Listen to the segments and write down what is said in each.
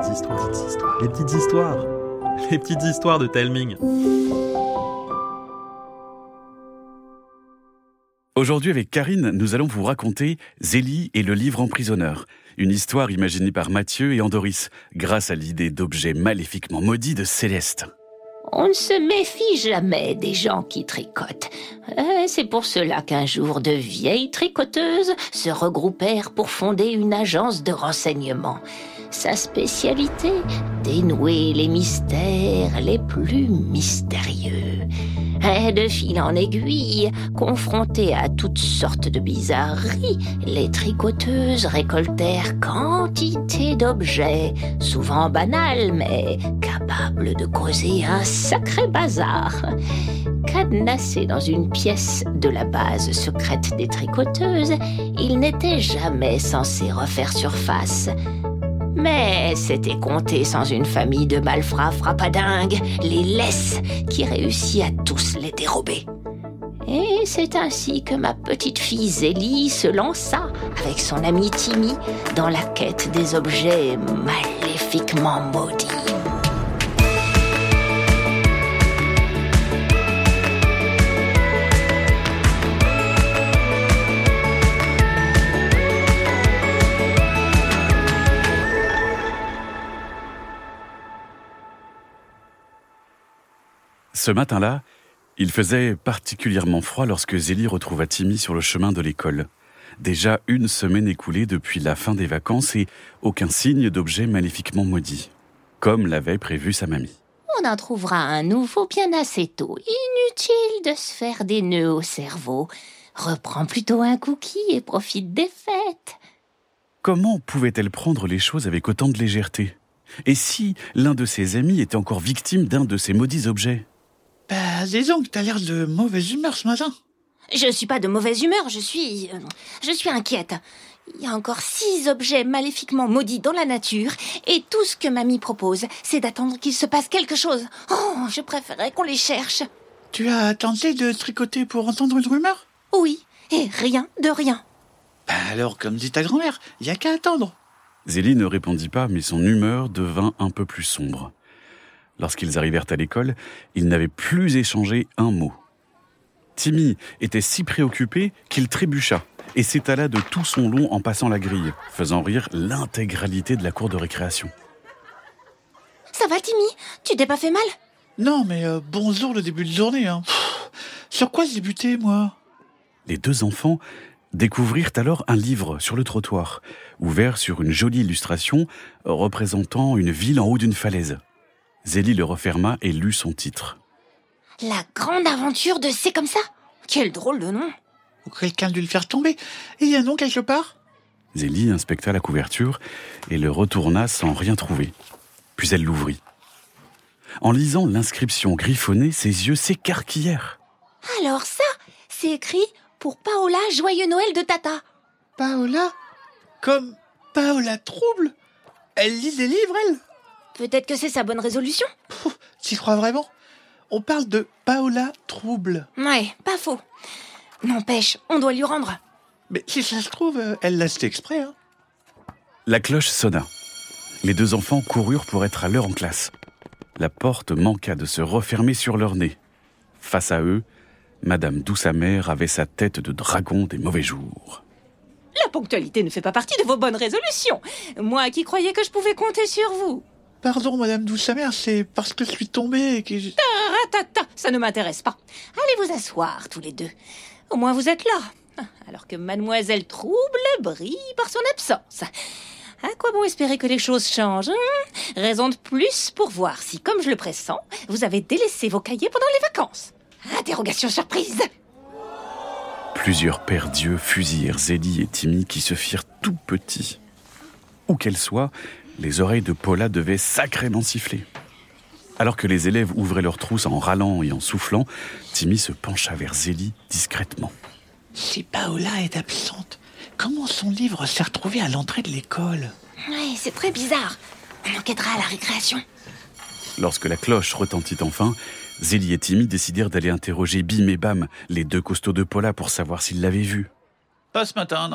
Les petites histoires de Telming. Aujourd'hui, avec Karine, nous allons vous raconter Zélie et le livre emprisonneur. Une histoire imaginée par Mathieu et Andoris, grâce à l'idée d'objets maléfiquement maudits de Céleste. On ne se méfie jamais des gens qui tricotent. C'est pour cela qu'un jour de vieilles tricoteuses se regroupèrent pour fonder une agence de renseignement. Sa spécialité, dénouer les mystères les plus mystérieux. Et de fil en aiguille, confrontées à toutes sortes de bizarreries, les tricoteuses récoltèrent quantité d'objets, souvent banals, mais capables de causer un sacré bazar. Cadenassés dans une pièce de la base secrète des tricoteuses, ils n'étaient jamais censés refaire surface. Mais c'était compté sans une famille de malfrats frappadingues, les laisses, qui réussit à tous les dérober. Et c'est ainsi que ma petite fille Zélie se lança, avec son amie Timmy, dans la quête des objets maléfiquement maudits. Ce matin-là, il faisait particulièrement froid lorsque Zélie retrouva Timmy sur le chemin de l'école. Déjà une semaine écoulée depuis la fin des vacances et aucun signe d'objet maléfiquement maudit, comme l'avait prévu sa mamie. On en trouvera un nouveau bien assez tôt. Inutile de se faire des nœuds au cerveau. Reprends plutôt un cookie et profite des fêtes. Comment pouvait-elle prendre les choses avec autant de légèreté ? Et si l'un de ses amis était encore victime d'un de ces maudits objets ? Disons que t'as l'air de mauvaise humeur ce matin. Je suis pas de mauvaise humeur, je suis inquiète. Il y a encore 6 objets maléfiquement maudits dans la nature, et tout ce que mamie propose, c'est d'attendre qu'il se passe quelque chose. Oh, je préférerais qu'on les cherche. Tu as tenté de tricoter pour entendre une rumeur ? Oui, et rien de rien. Alors, comme dit ta grand-mère, il y a qu'à attendre. Zélie ne répondit pas, mais son humeur devint un peu plus sombre. Lorsqu'ils arrivèrent à l'école, ils n'avaient plus échangé un mot. Timmy était si préoccupé qu'il trébucha et s'étala de tout son long en passant la grille, faisant rire l'intégralité de la cour de récréation. Ça va, Timmy ? Tu t'es pas fait mal ? Non, mais bonjour le début de journée. Sur quoi débuter, moi ? Les deux enfants découvrirent alors un livre sur le trottoir, ouvert sur une jolie illustration représentant une ville en haut d'une falaise. Zélie le referma et lut son titre. La grande aventure de C'est comme ça ? Quel drôle de nom ! Ou quelqu'un a dû le faire tomber. Et il y a un nom quelque part ? Zélie inspecta la couverture et le retourna sans rien trouver. Puis elle l'ouvrit. En lisant l'inscription griffonnée, ses yeux s'écarquillèrent. Alors ça, c'est écrit pour Paola, joyeux Noël de Tata. Paola ? Comme Paola Trouble ? Elle lit des livres, elle ? Peut-être que c'est sa bonne résolution. T'y crois vraiment ? On parle de Paola Trouble. Ouais, pas faux. N'empêche, on doit lui rendre. Mais si ça se trouve, elle l'a fait exprès. La cloche sonna. Les deux enfants coururent pour être à l'heure en classe. La porte manqua de se refermer sur leur nez. Face à eux, Madame Douce-Amère avait sa tête de dragon des mauvais jours. La ponctualité ne fait pas partie de vos bonnes résolutions. Moi qui croyais que je pouvais compter sur vous. Pardon, Madame Douce-Amère, c'est parce que je suis tombée et que Taratata, ça ne m'intéresse pas. Allez vous asseoir, tous les deux. Au moins vous êtes là. Alors que Mademoiselle Trouble brille par son absence. À quoi bon espérer que les choses changent, Raison de plus pour voir si, comme je le pressens, vous avez délaissé vos cahiers pendant les vacances. Interrogation surprise. Plusieurs pères dieux fusillèrent Zélie et Timmy qui se firent tout petits. Où qu'elles soient, les oreilles de Paula devaient sacrément siffler. Alors que les élèves ouvraient leurs trousses en râlant et en soufflant, Timmy se pencha vers Zélie discrètement. Si Paola est absente, comment son livre s'est retrouvé à l'entrée de l'école ? Ouais, c'est très bizarre. On enquêtera à la récréation. Lorsque la cloche retentit enfin, Zélie et Timmy décidèrent d'aller interroger Bim et Bam, les deux costauds de Paula, pour savoir s'ils l'avaient vue. Pas ce matin, non.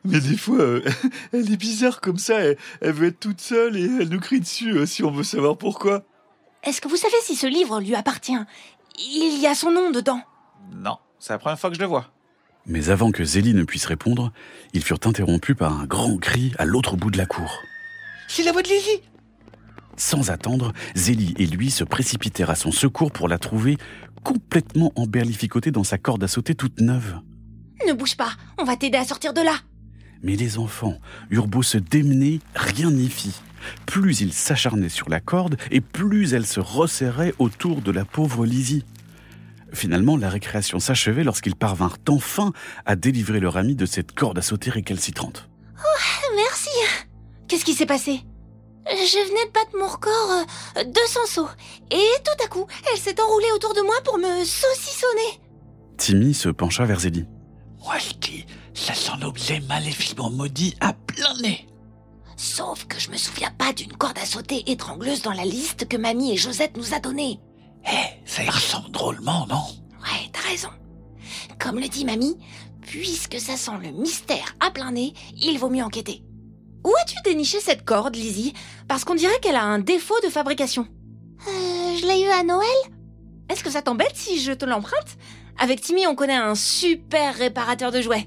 Mais des fois, elle est bizarre comme ça, elle veut être toute seule et elle nous crie dessus si on veut savoir pourquoi. Est-ce que vous savez si ce livre lui appartient? Il y a son nom dedans. Non, c'est la première fois que je le vois. Mais avant que Zélie ne puisse répondre, ils furent interrompus par un grand cri à l'autre bout de la cour. C'est la voix de Lizzie. Sans attendre, Zélie et lui se précipitèrent à son secours pour la trouver complètement emberlificotée dans sa corde à sauter toute neuve. Ne bouge pas, on va t'aider à sortir de là. Mais les enfants eurent beau se démener, rien n'y fit. Plus ils s'acharnaient sur la corde, et plus elle se resserrait autour de la pauvre Lizzie. Finalement, la récréation s'achevait lorsqu'ils parvinrent enfin à délivrer leur ami de cette corde à sauter récalcitrante. Oh, merci. Qu'est-ce qui s'est passé? Je venais de battre mon record 200 sauts. Et tout à coup, elle s'est enroulée autour de moi pour me saucissonner. Timmy se pencha vers Zélie. Moi je dis, ça sent l'objet maléfiquement maudit à plein nez. Sauf que je me souviens pas d'une corde à sauter étrangleuse dans la liste que Mamie et Josette nous a donnée. Ça y ressemble drôlement, non? Ouais, t'as raison. Comme le dit Mamie, puisque ça sent le mystère à plein nez, il vaut mieux enquêter. Où as-tu déniché cette corde, Lizzie? Parce qu'on dirait qu'elle a un défaut de fabrication. Je l'ai eu à Noël. Est-ce que ça t'embête si je te l'emprunte? Avec Timmy, on connaît un super réparateur de jouets.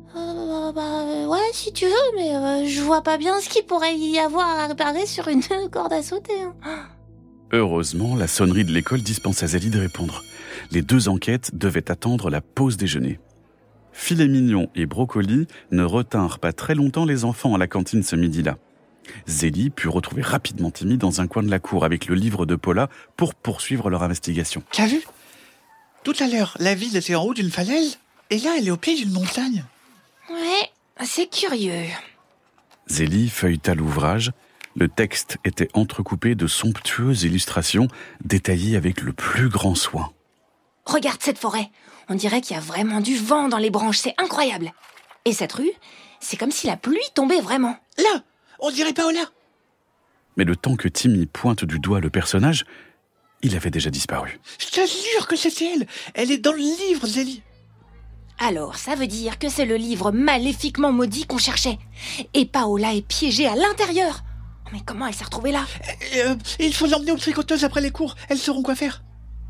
Ouais, si tu veux, mais je vois pas bien ce qu'il pourrait y avoir à réparer sur une corde à sauter. Heureusement, la sonnerie de l'école dispensa Zélie de répondre. Les deux enquêtes devaient attendre la pause déjeuner. Filet mignon et brocoli ne retinrent pas très longtemps les enfants à la cantine ce midi-là. Zélie put retrouver rapidement Timmy dans un coin de la cour avec le livre de Paula pour poursuivre leur investigation. T'as vu? Tout à l'heure, la ville était en haut d'une falaise, et là, elle est au pied d'une montagne. Ouais, c'est curieux. Zélie feuilleta l'ouvrage. Le texte était entrecoupé de somptueuses illustrations détaillées avec le plus grand soin. Regarde cette forêt. On dirait qu'il y a vraiment du vent dans les branches, c'est incroyable. Et cette rue, c'est comme si la pluie tombait vraiment. Là, on dirait Paola. Mais le temps que Timmy pointe du doigt le personnage, il avait déjà disparu. Je t'assure que c'était elle. Elle est dans le livre, Zélie. Alors, ça veut dire que c'est le livre maléfiquement maudit qu'on cherchait. Et Paola est piégée à l'intérieur. Mais comment elle s'est retrouvée là? Il faut l'emmener aux tricoteuses après les cours. Elles sauront quoi faire.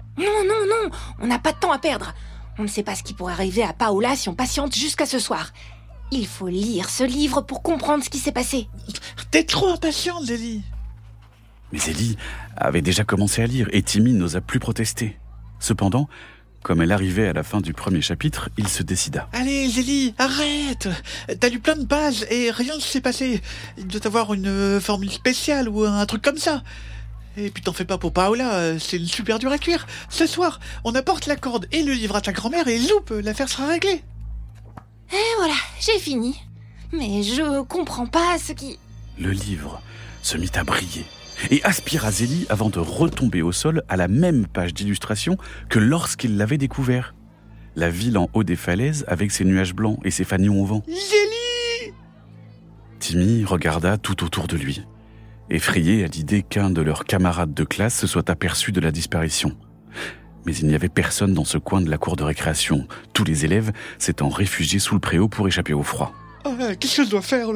Non, on n'a pas de temps à perdre. On ne sait pas ce qui pourrait arriver à Paola si on patiente jusqu'à ce soir. Il faut lire ce livre pour comprendre ce qui s'est passé. T'es trop impatiente, Zélie. Mais Zélie avait déjà commencé à lire et Timmy n'osa plus protester. Cependant, comme elle arrivait à la fin du premier chapitre, il se décida. Allez, Zélie, arrête. T'as lu plein de pages et rien ne s'est passé. Il doit avoir une formule spéciale ou un truc comme ça. Et puis t'en fais pas pour Paola, c'est une super dure à cuire. Ce soir, on apporte la corde et le livre à ta grand-mère et loupe, l'affaire sera réglée. Et voilà, j'ai fini. Mais je comprends pas ce qui... Le livre se mit à briller et aspira Zélie avant de retomber au sol à la même page d'illustration que lorsqu'il l'avait découvert. La ville en haut des falaises avec ses nuages blancs et ses fanions au vent. Zélie! Timmy regarda tout autour de lui, effrayé à l'idée qu'un de leurs camarades de classe se soit aperçu de la disparition. Mais il n'y avait personne dans ce coin de la cour de récréation, tous les élèves s'étant réfugiés sous le préau pour échapper au froid. Qu'est-ce que je dois faire?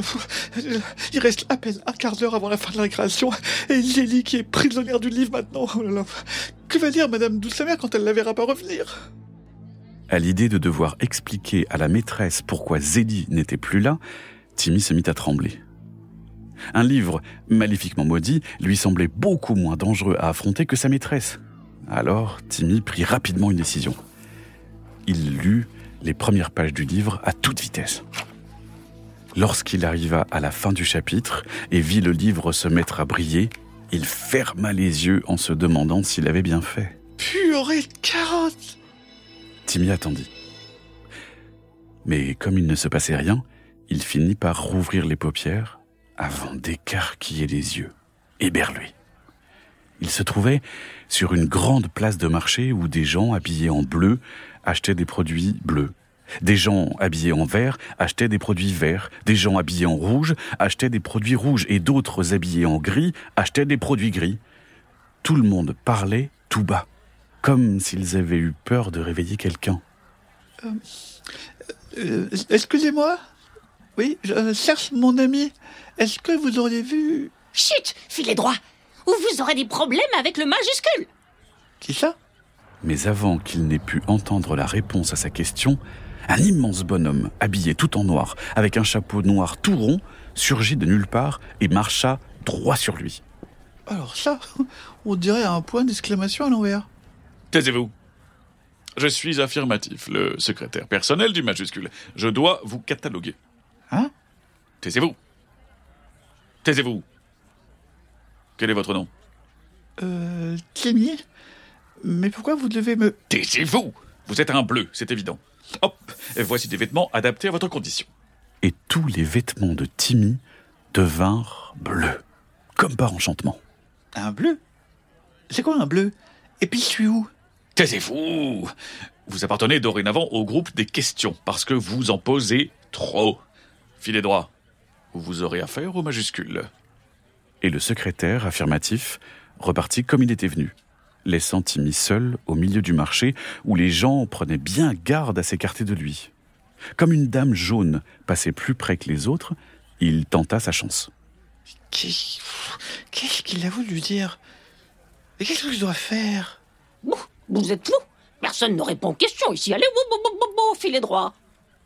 Il reste à peine un quart d'heure avant la fin de la récréation, et Zélie qui est prisonnière du livre maintenant. Oh là là. Que va dire Madame Douce-Mère quand elle la verra pas revenir? À l'idée de devoir expliquer à la maîtresse pourquoi Zélie n'était plus là, Timmy se mit à trembler. Un livre maléfiquement maudit lui semblait beaucoup moins dangereux à affronter que sa maîtresse. Alors, Timmy prit rapidement une décision. Il lut les premières pages du livre à toute vitesse. Lorsqu'il arriva à la fin du chapitre et vit le livre se mettre à briller, il ferma les yeux en se demandant s'il avait bien fait. Purée de carottes! Timmy attendit. Mais comme il ne se passait rien, il finit par rouvrir les paupières avant d'écarquiller les yeux, éberlué. Il se trouvait sur une grande place de marché où des gens habillés en bleu achetaient des produits bleus. Des gens habillés en vert achetaient des produits verts. Des gens habillés en rouge achetaient des produits rouges. Et d'autres habillés en gris achetaient des produits gris. Tout le monde parlait tout bas, comme s'ils avaient eu peur de réveiller quelqu'un. Excusez-moi? Oui, je cherche mon ami. Est-ce que vous auriez vu... Chut, filez droit, ou vous aurez des problèmes avec le majuscule. Qui ça? Mais avant qu'il n'ait pu entendre la réponse à sa question, un immense bonhomme, habillé tout en noir, avec un chapeau noir tout rond, surgit de nulle part et marcha droit sur lui. Alors ça, on dirait un point d'exclamation à l'envers. Taisez-vous. Je suis affirmatif, le secrétaire personnel du majuscule. Je dois vous cataloguer. Hein? Taisez-vous. Taisez-vous. Quel est votre nom? Timmy? Mais pourquoi vous devez me... Taisez-vous. Vous êtes un bleu, c'est évident. Hop, et voici des vêtements adaptés à votre condition. Et tous les vêtements de Timmy devinrent bleus, comme par enchantement. Un bleu? C'est quoi un bleu? Et puis je suis où? Taisez-vous. Vous appartenez dorénavant au groupe des questions, parce que vous en posez trop. Filez droit, ou vous aurez affaire au majuscule. Et le secrétaire, affirmatif, repartit comme il était venu, laissant Timmy seul au milieu du marché où les gens prenaient bien garde à s'écarter de lui. Comme une dame jaune passait plus près que les autres, il tenta sa chance. Qu'est-ce qu'il a voulu dire? Et qu'est-ce que je dois faire? Vous êtes fous. Personne ne répond aux questions ici. Allez, filez droit.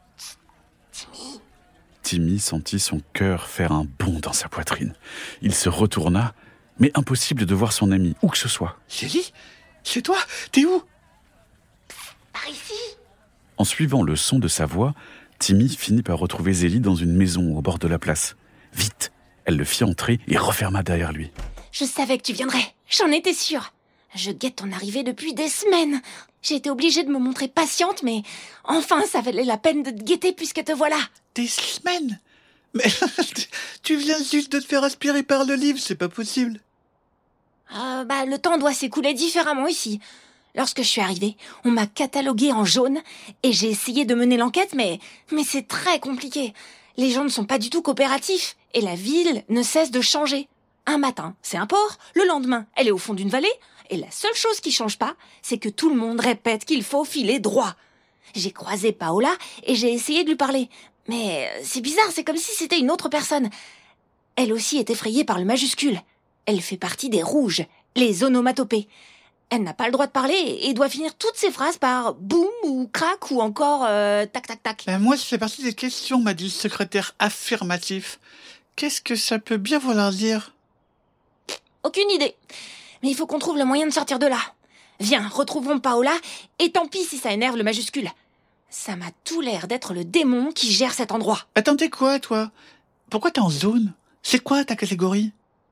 Timmy sentit son cœur faire un bond dans sa poitrine. Il se retourna, mais impossible de voir son ami, où que ce soit. Zélie? C'est toi? T'es où? Par ici. En suivant le son de sa voix, Timmy finit par retrouver Zélie dans une maison au bord de la place. Vite, elle le fit entrer et referma derrière lui. Je savais que tu viendrais. J'en étais sûre. Je guette ton arrivée depuis des semaines. J'ai été obligée de me montrer patiente, mais enfin, ça valait la peine de te guetter puisque te voilà. Des semaines? Mais tu viens juste de te faire aspirer par le livre, c'est pas possible. Le temps doit s'écouler différemment ici. Lorsque je suis arrivée, on m'a cataloguée en jaune et j'ai essayé de mener l'enquête, mais c'est très compliqué. Les gens ne sont pas du tout coopératifs et la ville ne cesse de changer. Un matin, c'est un port, le lendemain, elle est au fond d'une vallée, et la seule chose qui change pas, c'est que tout le monde répète qu'il faut filer droit. J'ai croisé Paola et j'ai essayé de lui parler. Mais c'est bizarre, c'est comme si c'était une autre personne. Elle aussi est effrayée par le majuscule. Elle fait partie des rouges, les onomatopées. Elle n'a pas le droit de parler et doit finir toutes ses phrases par boum ou crac ou encore tac tac tac. Moi, je fais partie des questions, m'a dit le secrétaire affirmatif. Qu'est-ce que ça peut bien vouloir dire? Aucune idée. Mais il faut qu'on trouve le moyen de sortir de là. Viens, retrouvons Paola, et tant pis si ça énerve le majuscule. Ça m'a tout l'air d'être le démon qui gère cet endroit. Attends, t'es quoi, toi? Pourquoi t'es en zone? C'est quoi ta catégorie?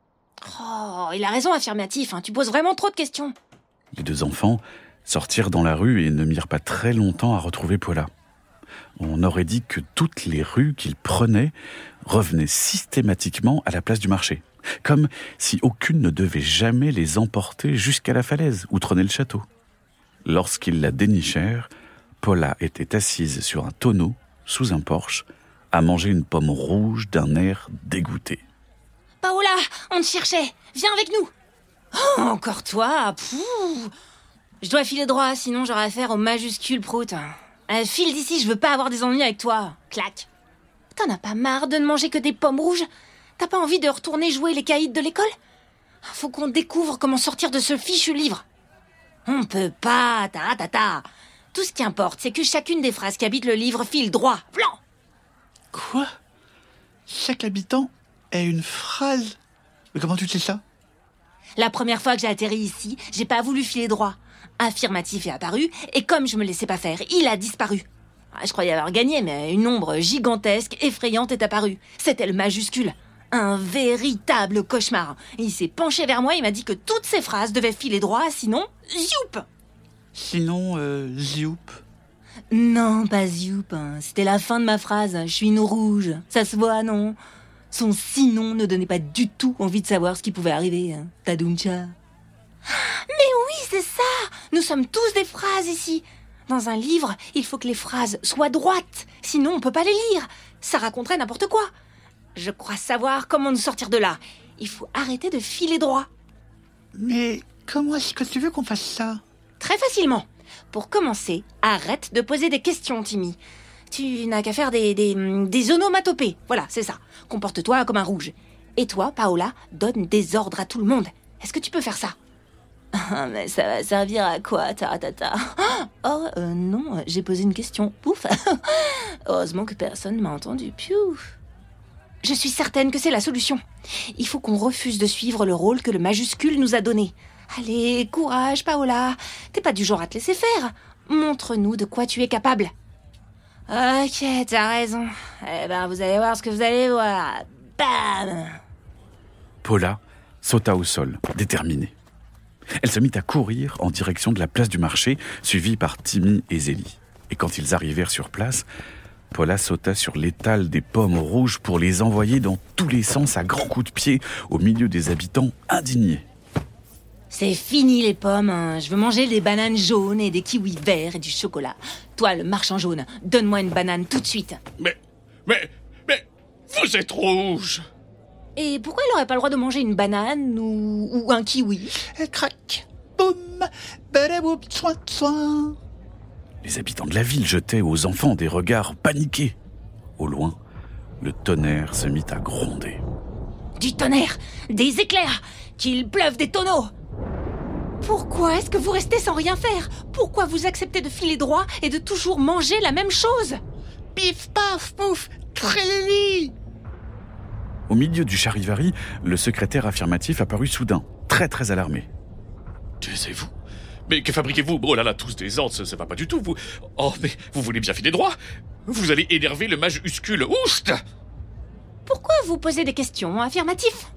Oh, il a raison, affirmatif, tu poses vraiment trop de questions. Les deux enfants sortirent dans la rue et ne mirent pas très longtemps à retrouver Paula. On aurait dit que toutes les rues qu'ils prenaient revenaient systématiquement à la place du marché, comme si aucune ne devait jamais les emporter jusqu'à la falaise où trônait le château. Lorsqu'ils la dénichèrent, Paula était assise sur un tonneau, sous un porche, à manger une pomme rouge d'un air dégoûté. « Paola, on te cherchait, viens avec nous !»« Oh, encore toi, pouh. Je dois filer droit, sinon j'aurai affaire au majuscule prout. File d'ici, je veux pas avoir des ennuis avec toi. Clac. T'en as pas marre de ne manger que des pommes rouges? T'as pas envie de retourner jouer les caïds de l'école? Faut qu'on découvre comment sortir de ce fichu livre. On peut pas, ta. Tout ce qui importe, c'est que chacune des phrases qui habitent le livre file droit, blanc. Quoi? Chaque habitant est une phrase? Mais comment tu sais ça? La première fois que j'ai atterri ici, j'ai pas voulu filer droit. Affirmatif est apparu, et comme je me laissais pas faire, il a disparu. Je croyais avoir gagné, mais une ombre gigantesque, effrayante est apparue. C'était le majuscule. Un véritable cauchemar. Il s'est penché vers moi et m'a dit que toutes ces phrases devaient filer droit, sinon, zoup. Sinon, zoup. Non, pas zoup. C'était la fin de ma phrase. Je suis une rouge. Ça se voit, non? Son sinon ne donnait pas du tout envie de savoir ce qui pouvait arriver. Taduncha. Mais oui, c'est ça. Nous sommes tous des phrases ici. Dans un livre, il faut que les phrases soient droites. Sinon, on peut pas les lire. Ça raconterait n'importe quoi. Je crois savoir comment nous sortir de là. Il faut arrêter de filer droit. Mais comment est-ce que tu veux qu'on fasse ça? Très facilement. Pour commencer, arrête de poser des questions, Timmy. Tu n'as qu'à faire des onomatopées. Voilà, c'est ça. Comporte-toi comme un rouge. Et toi, Paola, donne des ordres à tout le monde. Est-ce que tu peux faire ça? Mais ça va servir à quoi, Taratata? Oh, non, j'ai posé une question. Pouf. Heureusement que personne ne m'a entendu. Piouf. Je suis certaine que c'est la solution. Il faut qu'on refuse de suivre le rôle que le majuscule nous a donné. Allez, courage, Paola. T'es pas du genre à te laisser faire. Montre-nous de quoi tu es capable. Ok, t'as raison. Eh ben, vous allez voir ce que vous allez voir. Bam! Paula sauta au sol, déterminée. Elle se mit à courir en direction de la place du marché, suivie par Timmy et Zélie. Et quand ils arrivèrent sur place, Paula sauta sur l'étal des pommes rouges pour les envoyer dans tous les sens à grands coups de pied au milieu des habitants indignés. C'est fini les pommes, hein. Je veux manger des bananes jaunes et des kiwis verts et du chocolat. Toi, le marchand jaune, donne-moi une banane tout de suite. Mais, vous êtes rouge! Et pourquoi il n'aurait pas le droit de manger une banane ou un kiwi? Crac, boum, badaboum, soin, soin. Les habitants de la ville jetaient aux enfants des regards paniqués. Au loin, le tonnerre se mit à gronder. Du tonnerre, des éclairs, qu'il pleuve des tonneaux. Pourquoi est-ce que vous restez sans rien faire? Pourquoi vous acceptez de filer droit et de toujours manger la même chose? Pif, paf, pouf, trélili. Au milieu du charivari, le secrétaire affirmatif apparut soudain, très très alarmé. Taisez-vous. Mais que fabriquez-vous? Oh là là, tous des ordres, ça va pas du tout, vous. Oh, mais vous voulez bien filer droit? Vous allez énerver le majuscule. Oust! Pourquoi vous posez des questions? Affirmatif?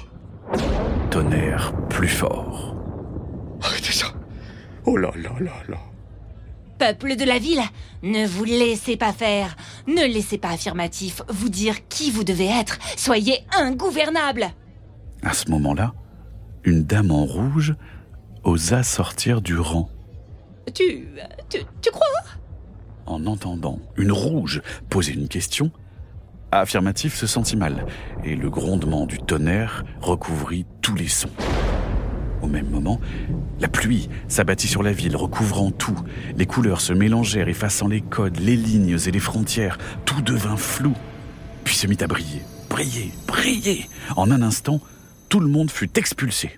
Tonnerre plus fort. Arrêtez ça. Oh là là là là. Peuple de la ville, ne vous laissez pas faire. Ne laissez pas affirmatif vous dire qui vous devez être. Soyez ingouvernable. À ce moment-là, une dame en rouge osa sortir du rang. Tu crois? En entendant une rouge poser une question, affirmatif se sentit mal et le grondement du tonnerre recouvrit tous les sons. Au même moment, la pluie s'abattit sur la ville, recouvrant tout. Les couleurs se mélangèrent, effaçant les codes, les lignes et les frontières. Tout devint flou, puis se mit à briller, briller, briller. En un instant, tout le monde fut expulsé.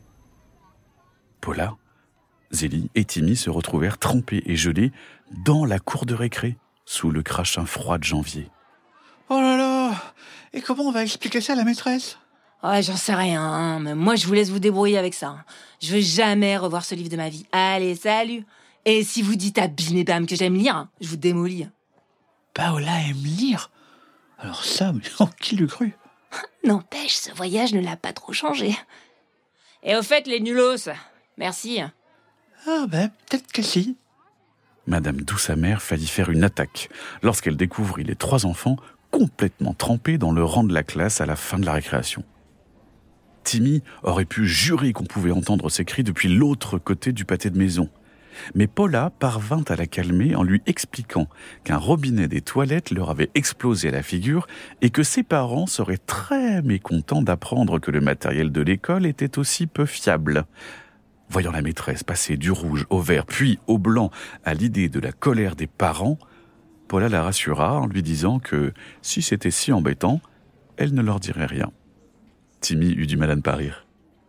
Paula, Zélie et Timmy se retrouvèrent trempés et gelés dans la cour de récré, sous le crachin froid de janvier. Oh là là. Et comment on va expliquer ça à la maîtresse? Ouais, j'en sais rien, hein, mais moi je vous laisse vous débrouiller avec ça. Je veux jamais revoir ce livre de ma vie. Allez, salut. Et si vous dites à bim et bam que j'aime lire, je vous démolis. Paola aime lire? Alors ça, mais qui l'eût cru? N'empêche, ce voyage ne l'a pas trop changé. Et au fait, les nulos, merci. Ah ben, peut-être que si. Madame Douce-Amère faillit faire une attaque lorsqu'elle découvrit les 3 enfants complètement trempés dans le rang de la classe à la fin de la récréation. Timmy aurait pu jurer qu'on pouvait entendre ses cris depuis l'autre côté du pâté de maison. Mais Paula parvint à la calmer en lui expliquant qu'un robinet des toilettes leur avait explosé à la figure et que ses parents seraient très mécontents d'apprendre que le matériel de l'école était aussi peu fiable. Voyant la maîtresse passer du rouge au vert puis au blanc à l'idée de la colère des parents, Paula la rassura en lui disant que si c'était si embêtant, elle ne leur dirait rien. Timmy eut du mal à ne pas rire.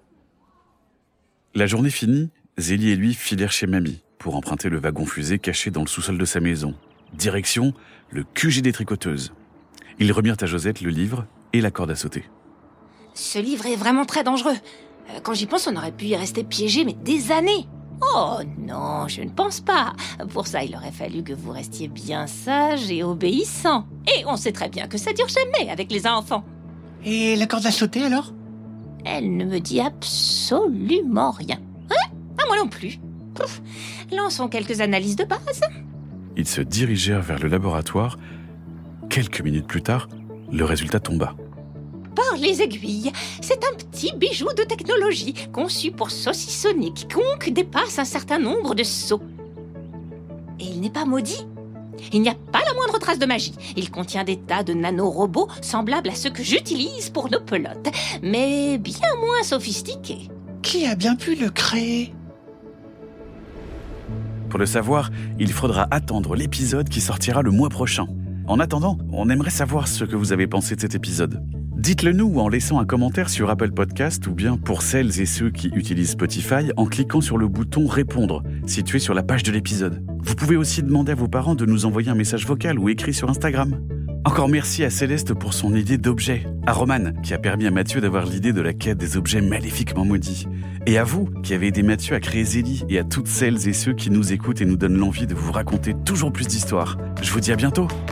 La journée finie, Zélie et lui filèrent chez Mamie pour emprunter le wagon-fusée caché dans le sous-sol de sa maison. Direction, le QG des tricoteuses. Ils remirent à Josette le livre et la corde à sauter. Ce livre est vraiment très dangereux. Quand j'y pense, on aurait pu y rester piégé, mais des années. Oh non, je ne pense pas. Pour ça, il aurait fallu que vous restiez bien sage et obéissant. Et on sait très bien que ça dure jamais avec les enfants. Et la corde à sauter alors? Elle ne me dit absolument rien. Hein? Ah, moi non plus. Pouf. Lançons quelques analyses de base. Ils se dirigèrent vers le laboratoire. Quelques minutes plus tard, le résultat tomba. Par les aiguilles, c'est un petit bijou de technologie conçu pour saucissonner quiconque dépasse un certain nombre de sauts. Et il n'est pas maudit. Il n'y a pas la moindre trace de magie. Il contient des tas de nanorobots semblables à ceux que j'utilise pour nos pelotes, mais bien moins sophistiqués. Qui a bien pu le créer? Pour le savoir, il faudra attendre l'épisode qui sortira le mois prochain. En attendant, on aimerait savoir ce que vous avez pensé de cet épisode. Dites-le nous en laissant un commentaire sur Apple Podcast ou bien pour celles et ceux qui utilisent Spotify en cliquant sur le bouton « Répondre » situé sur la page de l'épisode. Vous pouvez aussi demander à vos parents de nous envoyer un message vocal ou écrit sur Instagram. Encore merci à Céleste pour son idée d'objet, à Romane qui a permis à Mathieu d'avoir l'idée de la quête des objets maléfiquement maudits, et à vous qui avez aidé Mathieu à créer Zélie et à toutes celles et ceux qui nous écoutent et nous donnent l'envie de vous raconter toujours plus d'histoires. Je vous dis à bientôt.